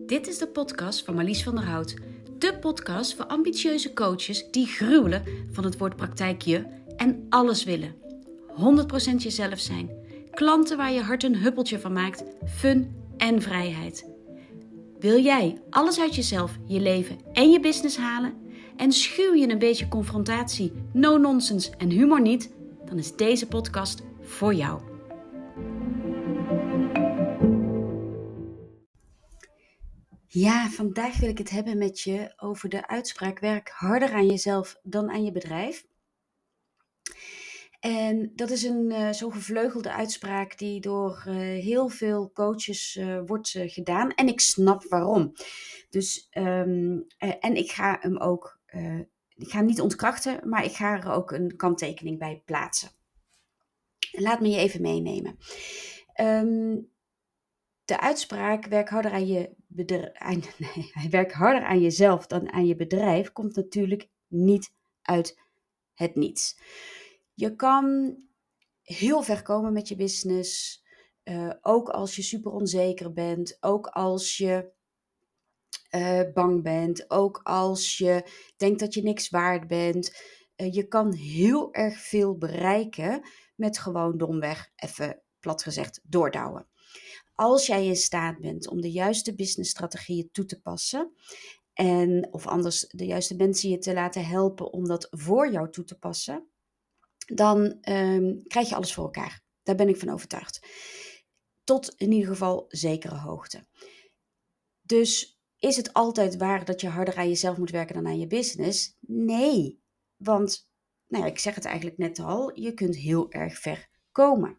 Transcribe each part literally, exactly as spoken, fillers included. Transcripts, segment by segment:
Dit is de podcast van Marlies van der Hout. De podcast voor ambitieuze coaches die gruwelen van het woord praktijkje en alles willen. honderd procent jezelf zijn. Klanten waar je hart een huppeltje van maakt. Fun en vrijheid. Wil jij alles uit jezelf, je leven en je business halen? En schuw je een beetje confrontatie, no-nonsense en humor niet? Dan is deze podcast voor jou. Ja, vandaag wil ik het hebben met je over de uitspraak: werk harder aan jezelf dan aan je bedrijf. En dat is een uh, zo gevleugelde uitspraak die door uh, heel veel coaches uh, wordt uh, gedaan. En ik snap waarom. Dus, um, uh, en ik ga hem ook, uh, ik ga hem niet ontkrachten, maar ik ga er ook een kanttekening bij plaatsen. Laat me je even meenemen. Um, De uitspraak werk harder aan je bedrijf, nee, werk harder aan jezelf dan aan je bedrijf komt natuurlijk niet uit het niets. Je kan heel ver komen met je business, uh, ook als je super onzeker bent, ook als je uh, bang bent, ook als je denkt dat je niks waard bent. Uh, je kan heel erg veel bereiken met gewoon domweg, even plat gezegd, doordouwen. Als jij in staat bent om de juiste businessstrategieën toe te passen en of anders de juiste mensen je te laten helpen om dat voor jou toe te passen, dan um, krijg je alles voor elkaar. Daar ben ik van overtuigd. Tot in ieder geval zekere hoogte. Dus is het altijd waar dat je harder aan jezelf moet werken dan aan je business? Nee, want nou ja, ik zeg het eigenlijk net al, je kunt heel erg ver komen.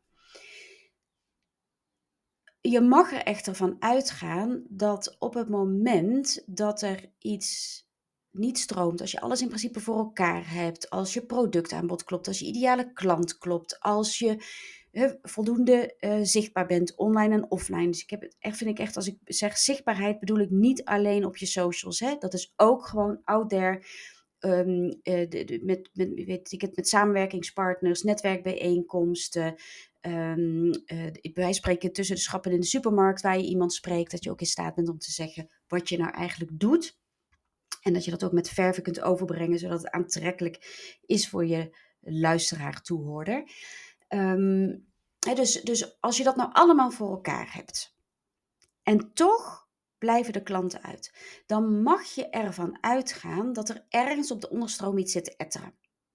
Je mag er echter van uitgaan dat op het moment dat er iets niet stroomt, als je alles in principe voor elkaar hebt, als je productaanbod klopt, als je ideale klant klopt, als je uh, voldoende uh, zichtbaar bent, online en offline. Dus ik heb het echt, vind ik echt, als ik zeg zichtbaarheid, bedoel ik niet alleen op je socials. Hè? Dat is ook gewoon out there. Um, uh, de, de, met, met, weet ik het, met samenwerkingspartners, netwerkbijeenkomsten. Um, uh, wij spreken tussen de schappen in de supermarkt waar je iemand spreekt, dat je ook in staat bent om te zeggen wat je nou eigenlijk doet. En dat je dat ook met verven kunt overbrengen, zodat het aantrekkelijk is voor je luisteraar, toehoorder. Um, dus, dus als je dat nou allemaal voor elkaar hebt en toch blijven de klanten uit, dan mag je ervan uitgaan dat er ergens op de onderstroom iets zit te etteren.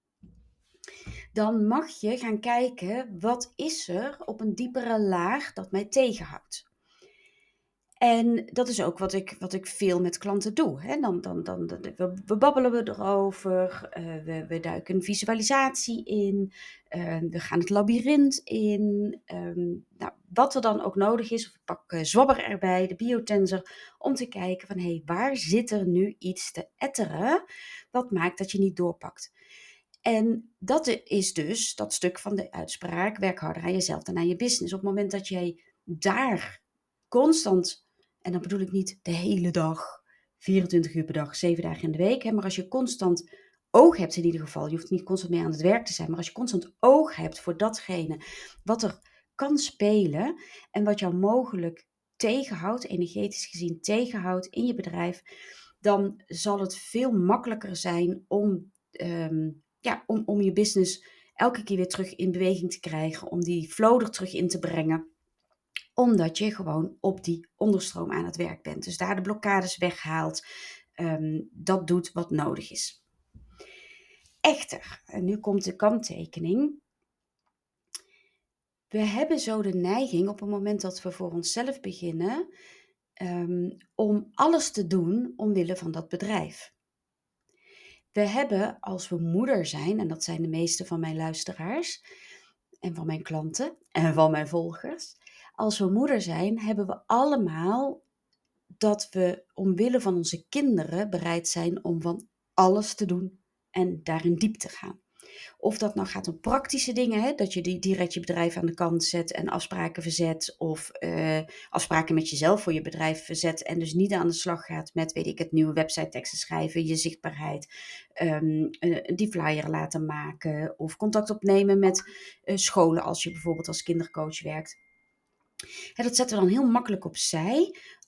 Dan mag je gaan kijken, wat is er op een diepere laag dat mij tegenhoudt. En dat is ook wat ik, wat ik veel met klanten doe. Hè. Dan, dan, dan, we, we babbelen we erover, uh, we, we duiken een visualisatie in, uh, we gaan het labyrint in. Um, nou, wat er dan ook nodig is, of ik pak uh, Zwabber erbij, de biotensor, om te kijken van, hé, hey, waar zit er nu iets te etteren, wat maakt dat je niet doorpakt. En dat is dus dat stuk van de uitspraak, werk harder aan jezelf dan aan je business. Op het moment dat jij daar constant, en dan bedoel ik niet de hele dag, vierentwintig uur per dag, zeven dagen in de week, hè, maar als je constant oog hebt in ieder geval, je hoeft niet constant meer aan het werk te zijn, maar als je constant oog hebt voor datgene wat er kan spelen en wat jou mogelijk tegenhoudt, energetisch gezien tegenhoudt in je bedrijf, dan zal het veel makkelijker zijn om... Um, Ja, om, om je business elke keer weer terug in beweging te krijgen, om die flow er terug in te brengen, omdat je gewoon op die onderstroom aan het werk bent. Dus daar de blokkades weghaalt, um, dat doet wat nodig is. Echter, en nu komt de kanttekening, we hebben zo de neiging op het moment dat we voor onszelf beginnen, um, om alles te doen omwille van dat bedrijf. We hebben, als we moeder zijn, en dat zijn de meeste van mijn luisteraars en van mijn klanten en van mijn volgers. Als we moeder zijn, hebben we allemaal dat we omwille van onze kinderen bereid zijn om van alles te doen en daarin diep te gaan. Of dat nou gaat om praktische dingen, hè, dat je die direct je bedrijf aan de kant zet en afspraken verzet. Of uh, afspraken met jezelf voor je bedrijf verzet en dus niet aan de slag gaat met, weet ik het, nieuwe website teksten schrijven, je zichtbaarheid, um, uh, die flyer laten maken. Of contact opnemen met uh, scholen als je bijvoorbeeld als kindercoach werkt. Hè, dat zetten we dan heel makkelijk opzij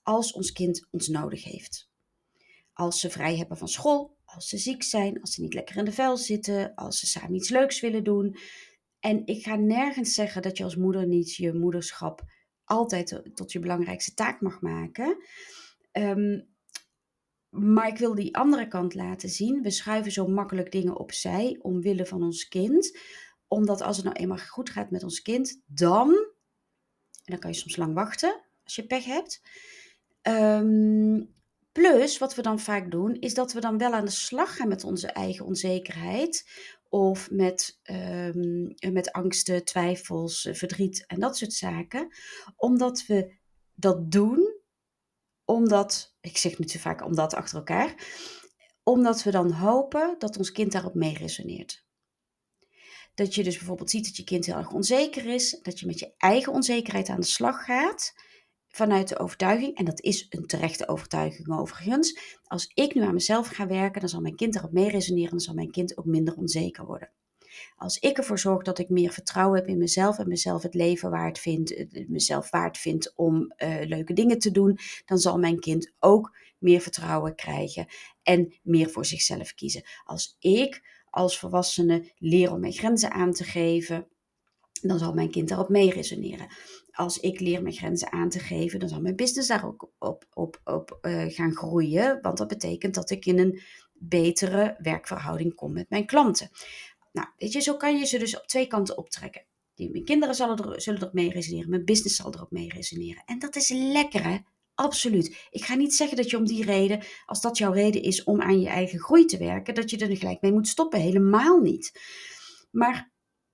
als ons kind ons nodig heeft. Als ze vrij hebben van school, als ze ziek zijn, als ze niet lekker in de vel zitten, als ze samen iets leuks willen doen. En ik ga nergens zeggen dat je als moeder niet je moederschap altijd tot je belangrijkste taak mag maken. Um, maar ik wil die andere kant laten zien. We schuiven zo makkelijk dingen opzij omwille van ons kind. Omdat als het nou eenmaal goed gaat met ons kind, dan, en dan kan je soms lang wachten als je pech hebt. Um, plus, wat we dan vaak doen, is dat we dan wel aan de slag gaan met onze eigen onzekerheid. Of met, um, met angsten, twijfels, verdriet en dat soort zaken. Omdat we dat doen, omdat, ik zeg nu te vaak omdat achter elkaar, omdat we dan hopen dat ons kind daarop mee resoneert. Dat je dus bijvoorbeeld ziet dat je kind heel erg onzeker is, dat je met je eigen onzekerheid aan de slag gaat, vanuit de overtuiging, en dat is een terechte overtuiging overigens, als ik nu aan mezelf ga werken, dan zal mijn kind daarop mee resoneren en dan zal mijn kind ook minder onzeker worden. Als ik ervoor zorg dat ik meer vertrouwen heb in mezelf en mezelf het leven waard vind, mezelf waard vind om uh, leuke dingen te doen, dan zal mijn kind ook meer vertrouwen krijgen en meer voor zichzelf kiezen. Als ik als volwassene leer om mijn grenzen aan te geven, dan zal mijn kind daarop mee resoneren. Als ik leer mijn grenzen aan te geven, dan zal mijn business daar ook op, op, op uh, gaan groeien. Want dat betekent dat ik in een betere werkverhouding kom met mijn klanten. Nou, weet je, zo kan je ze dus op twee kanten optrekken. Mijn kinderen zullen, er, zullen erop mee resoneren. Mijn business zal erop mee resoneren. En dat is lekker, hè? Absoluut. Ik ga niet zeggen dat je om die reden, als dat jouw reden is om aan je eigen groei te werken, dat je er gelijk mee moet stoppen. Helemaal niet. Maar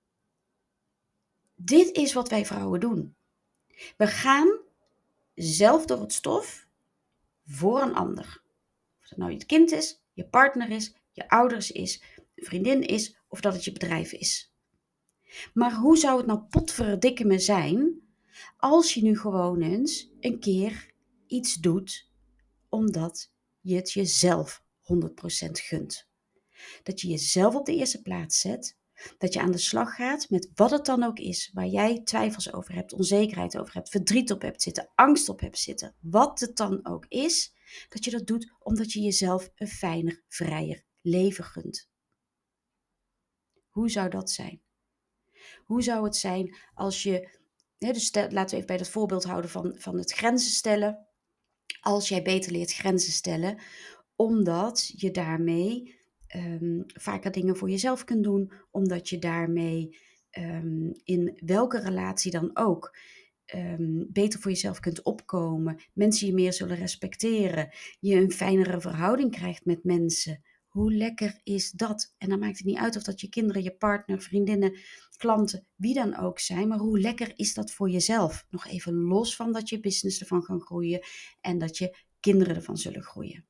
dit is wat wij vrouwen doen. We gaan zelf door het stof voor een ander. Of dat nou je kind is, je partner is, je ouders is, een vriendin is of dat het je bedrijf is. Maar hoe zou het nou potverdikke me zijn als je nu gewoon eens een keer iets doet omdat je het jezelf honderd procent gunt. Dat je jezelf op de eerste plaats zet. Dat je aan de slag gaat met wat het dan ook is, waar jij twijfels over hebt, onzekerheid over hebt, verdriet op hebt zitten, angst op hebt zitten. Wat het dan ook is, dat je dat doet omdat je jezelf een fijner, vrijer leven gunt. Hoe zou dat zijn? Hoe zou het zijn als je, hè, dus stel, laten we even bij dat voorbeeld houden van, van het grenzen stellen. Als jij beter leert grenzen stellen, omdat je daarmee um, vaker dingen voor jezelf kunt doen, omdat je daarmee um, in welke relatie dan ook um, beter voor jezelf kunt opkomen, mensen je meer zullen respecteren, je een fijnere verhouding krijgt met mensen. Hoe lekker is dat? En dan maakt het niet uit of dat je kinderen, je partner, vriendinnen, klanten, wie dan ook zijn, maar hoe lekker is dat voor jezelf? Nog even los van dat je business ervan kan groeien en dat je kinderen ervan zullen groeien.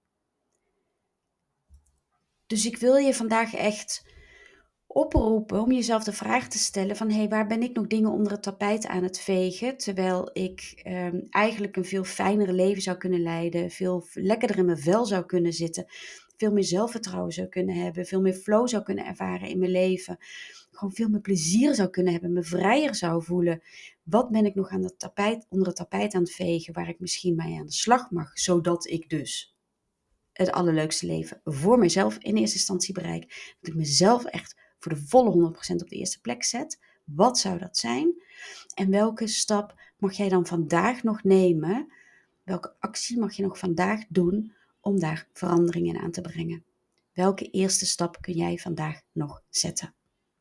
Dus ik wil je vandaag echt oproepen om jezelf de vraag te stellen van, hé, hey, waar ben ik nog dingen onder het tapijt aan het vegen, terwijl ik um, eigenlijk een veel fijnere leven zou kunnen leiden, veel lekkerder in mijn vel zou kunnen zitten, veel meer zelfvertrouwen zou kunnen hebben, veel meer flow zou kunnen ervaren in mijn leven, gewoon veel meer plezier zou kunnen hebben, me vrijer zou voelen. Wat ben ik nog aan het tapijt, onder het tapijt aan het vegen, waar ik misschien mee aan de slag mag, zodat ik dus het allerleukste leven voor mezelf in eerste instantie bereik, dat ik mezelf echt voor de volle honderd procent op de eerste plek zet. Wat zou dat zijn? En welke stap mag jij dan vandaag nog nemen? Welke actie mag je nog vandaag doen om daar veranderingen aan te brengen? Welke eerste stap kun jij vandaag nog zetten?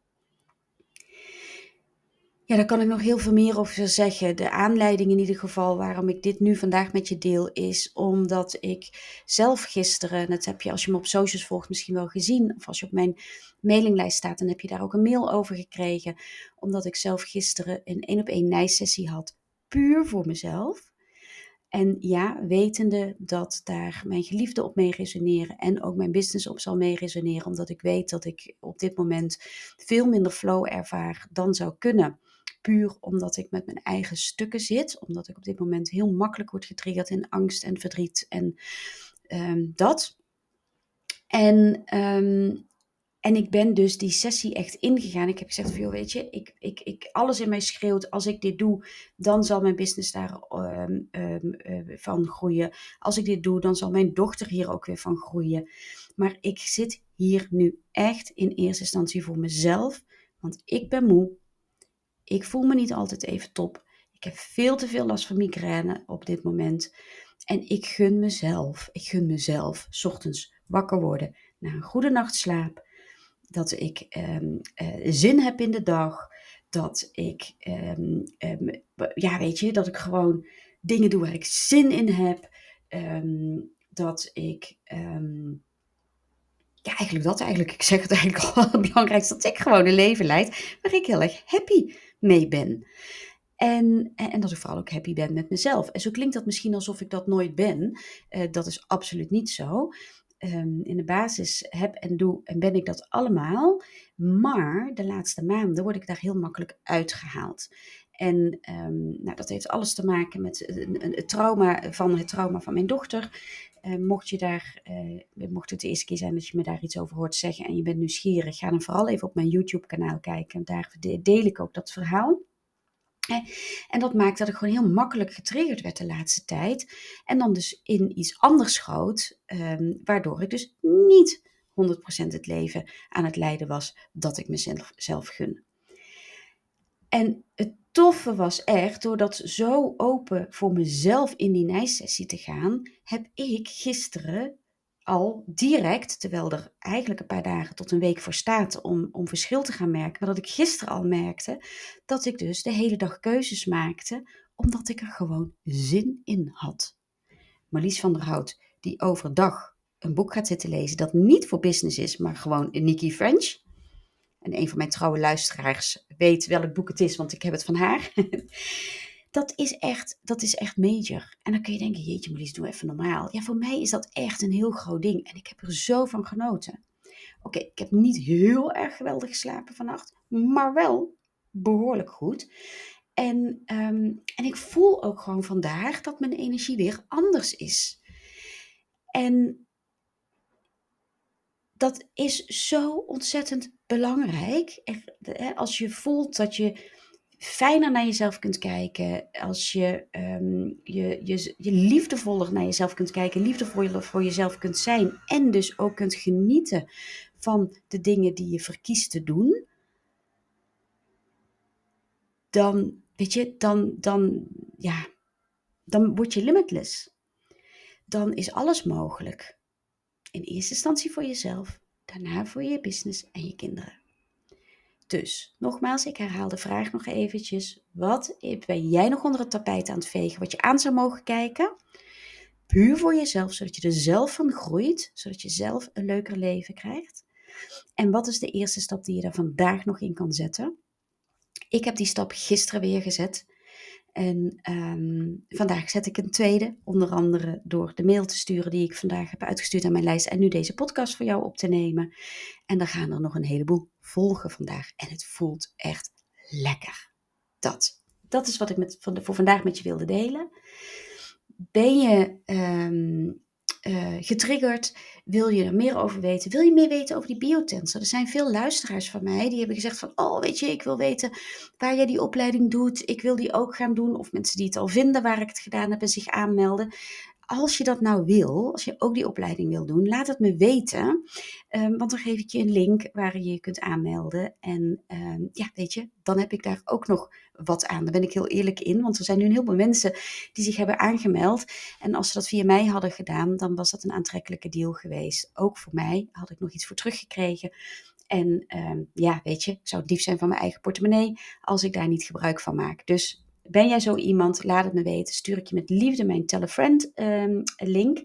Ja, daar kan ik nog heel veel meer over zeggen. De aanleiding in ieder geval waarom ik dit nu vandaag met je deel is omdat ik zelf gisteren, en dat heb je als je me op socials volgt misschien wel gezien, of als je op mijn mailinglijst staat, dan heb je daar ook een mail over gekregen, omdat ik zelf gisteren een één op één nijsessie had, puur voor mezelf. En ja, wetende dat daar mijn geliefde op mee resoneren en ook mijn business op zal mee resoneren, omdat ik weet dat ik op dit moment veel minder flow ervaar dan zou kunnen. Puur omdat ik met mijn eigen stukken zit. Omdat ik op dit moment heel makkelijk word getriggerd in angst en verdriet en um, dat. En um, En ik ben dus die sessie echt ingegaan. Ik heb gezegd van, joh, weet je, ik, ik, ik, alles in mij schreeuwt, als ik dit doe, dan zal mijn business daar um, um, uh, van groeien. Als ik dit doe, dan zal mijn dochter hier ook weer van groeien. Maar ik zit hier nu echt in eerste instantie voor mezelf, want ik ben moe. Ik voel me niet altijd even top. Ik heb veel te veel last van migraine op dit moment. En ik gun mezelf, ik gun mezelf 's ochtends wakker worden na een goede nachtslaap. Dat ik um, uh, zin heb in de dag. Dat ik, um, um, ja weet je, dat ik gewoon dingen doe waar ik zin in heb. Um, dat ik, um, ja eigenlijk dat eigenlijk, ik zeg het eigenlijk al het belangrijkste, dat ik gewoon een leven leid waar ik heel erg happy mee ben. En, en dat ik vooral ook happy ben met mezelf. En zo klinkt dat misschien alsof ik dat nooit ben. Uh, dat is absoluut niet zo. Um, in de basis heb en doe en ben ik dat allemaal. Maar de laatste maanden word ik daar heel makkelijk uitgehaald. En um, nou, dat heeft alles te maken met het trauma van het trauma van mijn dochter. Uh, mocht je daar, uh, mocht het de eerste keer zijn dat je me daar iets over hoort zeggen en je bent nieuwsgierig, ga dan vooral even op mijn YouTube kanaal kijken. Daar deel ik ook dat verhaal. En dat maakt dat ik gewoon heel makkelijk getriggerd werd de laatste tijd. En dan dus in iets anders schoot, um, waardoor ik dus niet honderd procent het leven aan het leiden was dat ik mezelf zelf gun. En het toffe was echt, door dat zo open voor mezelf in die nijsessie te gaan, heb ik gisteren al direct, terwijl er eigenlijk een paar dagen tot een week voor staat om, om verschil te gaan merken, maar dat ik gisteren al merkte dat ik dus de hele dag keuzes maakte, omdat ik er gewoon zin in had. Marlies van der Hout, die overdag een boek gaat zitten lezen dat niet voor business is, maar gewoon Nikki French. En een van mijn trouwe luisteraars weet welk boek het is, want ik heb het van haar. Dat is echt, dat is echt major. En dan kun je denken, jeetje Marlies, doe even normaal. Ja, voor mij is dat echt een heel groot ding. En ik heb er zo van genoten. Oké, okay, ik heb niet heel erg geweldig geslapen vannacht, maar wel behoorlijk goed. En, um, en ik voel ook gewoon vandaag dat mijn energie weer anders is. En dat is zo ontzettend belangrijk. Als je voelt dat je fijner naar jezelf kunt kijken, als je, um, je, je, je liefdevoller naar jezelf kunt kijken, liefdevoller voor jezelf kunt zijn en dus ook kunt genieten van de dingen die je verkiest te doen, dan, weet je, dan, dan, ja, dan word je limitless. Dan is alles mogelijk. In eerste instantie voor jezelf, daarna voor je business en je kinderen. Dus, nogmaals, ik herhaal de vraag nog eventjes. Wat ben jij nog onder het tapijt aan het vegen, wat je aan zou mogen kijken? Puur voor jezelf, zodat je er zelf van groeit, zodat je zelf een leuker leven krijgt. En wat is de eerste stap die je daar vandaag nog in kan zetten? Ik heb die stap gisteren weer gezet. En um, vandaag zet ik een tweede, onder andere door de mail te sturen die ik vandaag heb uitgestuurd aan mijn lijst en nu deze podcast voor jou op te nemen. En dan gaan er nog een heleboel volgen vandaag en het voelt echt lekker. Dat, dat is wat ik met, voor vandaag met je wilde delen. Ben je um, uh, getriggerd? Wil je er meer over weten? Wil je meer weten over die biotensor? Er zijn veel luisteraars van mij die hebben gezegd van, oh weet je, ik wil weten waar jij die opleiding doet. Ik wil die ook gaan doen. Of mensen die het al vinden waar ik het gedaan heb en zich aanmelden. Als je dat nou wil, als je ook die opleiding wil doen, laat het me weten. Um, want dan geef ik je een link waar je je kunt aanmelden. En um, ja, weet je, dan heb ik daar ook nog wat aan. Daar ben ik heel eerlijk in, want er zijn nu een heleboel mensen die zich hebben aangemeld. En als ze dat via mij hadden gedaan, dan was dat een aantrekkelijke deal geweest. Ook voor mij had ik nog iets voor teruggekregen. En um, ja, weet je, ik zou het lief zijn van mijn eigen portemonnee als ik daar niet gebruik van maak. Dus ben jij zo iemand? Laat het me weten. Stuur ik je met liefde mijn Tell a Friend um, link.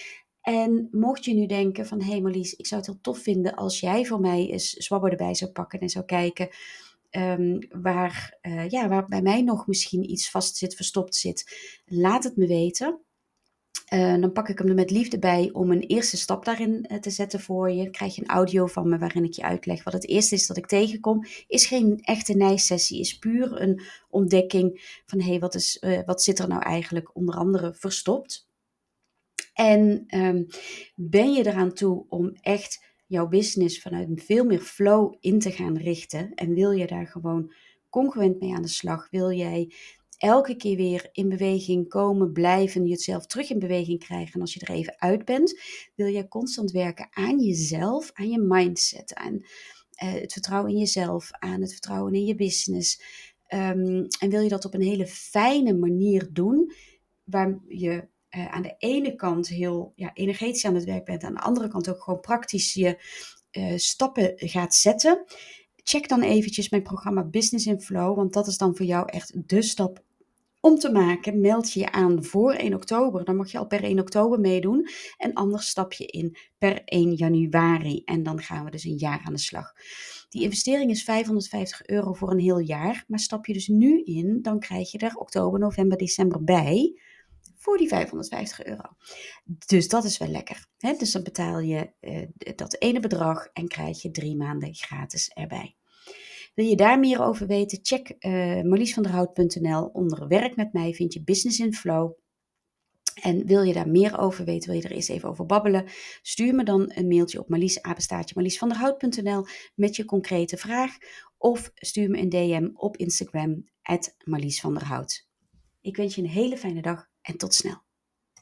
En mocht je nu denken van, hé hey Marlies, ik zou het heel tof vinden als jij voor mij eens Zwabber erbij zou pakken en zou kijken um, waar, uh, ja, waar bij mij nog misschien iets vast zit, verstopt zit. Laat het me weten. Uh, dan pak ik hem er met liefde bij om een eerste stap daarin uh, te zetten voor je. Dan krijg je een audio van me waarin ik je uitleg wat het eerste is dat ik tegenkom. Is geen echte nijsessie, is puur een ontdekking van hé, hey, wat, is, uh, wat zit er nou eigenlijk onder andere verstopt? En um, ben je eraan toe om echt jouw business vanuit een veel meer flow in te gaan richten en wil je daar gewoon congruent mee aan de slag, wil jij elke keer weer in beweging komen, blijven, jezelf terug in beweging krijgen en als je er even uit bent, wil jij constant werken aan jezelf, aan je mindset, aan uh, het vertrouwen in jezelf, aan het vertrouwen in je business. Um, en wil je dat op een hele fijne manier doen, waar je uh, aan de ene kant heel ja, energetisch aan het werk bent, aan de andere kant ook gewoon praktisch je uh, stappen gaat zetten. Check dan eventjes mijn programma Business in Flow, want dat is dan voor jou echt de stap om te maken. Meld je je aan voor één oktober, dan mag je al per één oktober meedoen. En anders stap je in per één januari en dan gaan we dus een jaar aan de slag. Die investering is vijfhonderdvijftig euro voor een heel jaar, maar stap je dus nu in, dan krijg je er oktober, november, december bij voor die vijfhonderdvijftig euro. Dus dat is wel lekker. Hè? Dus dan betaal je uh, dat ene bedrag en krijg je drie maanden gratis erbij. Wil je daar meer over weten? Check uh, marlies van der hout punt n l. Onder werk met mij vind je Business in Flow. En wil je daar meer over weten, wil je er eens even over babbelen, stuur me dan een mailtje op marlies apenstaartje marlies van der hout punt n l met je concrete vraag. Of stuur me een D M op Instagram, at marlies van der hout. Ik wens je een hele fijne dag en tot snel.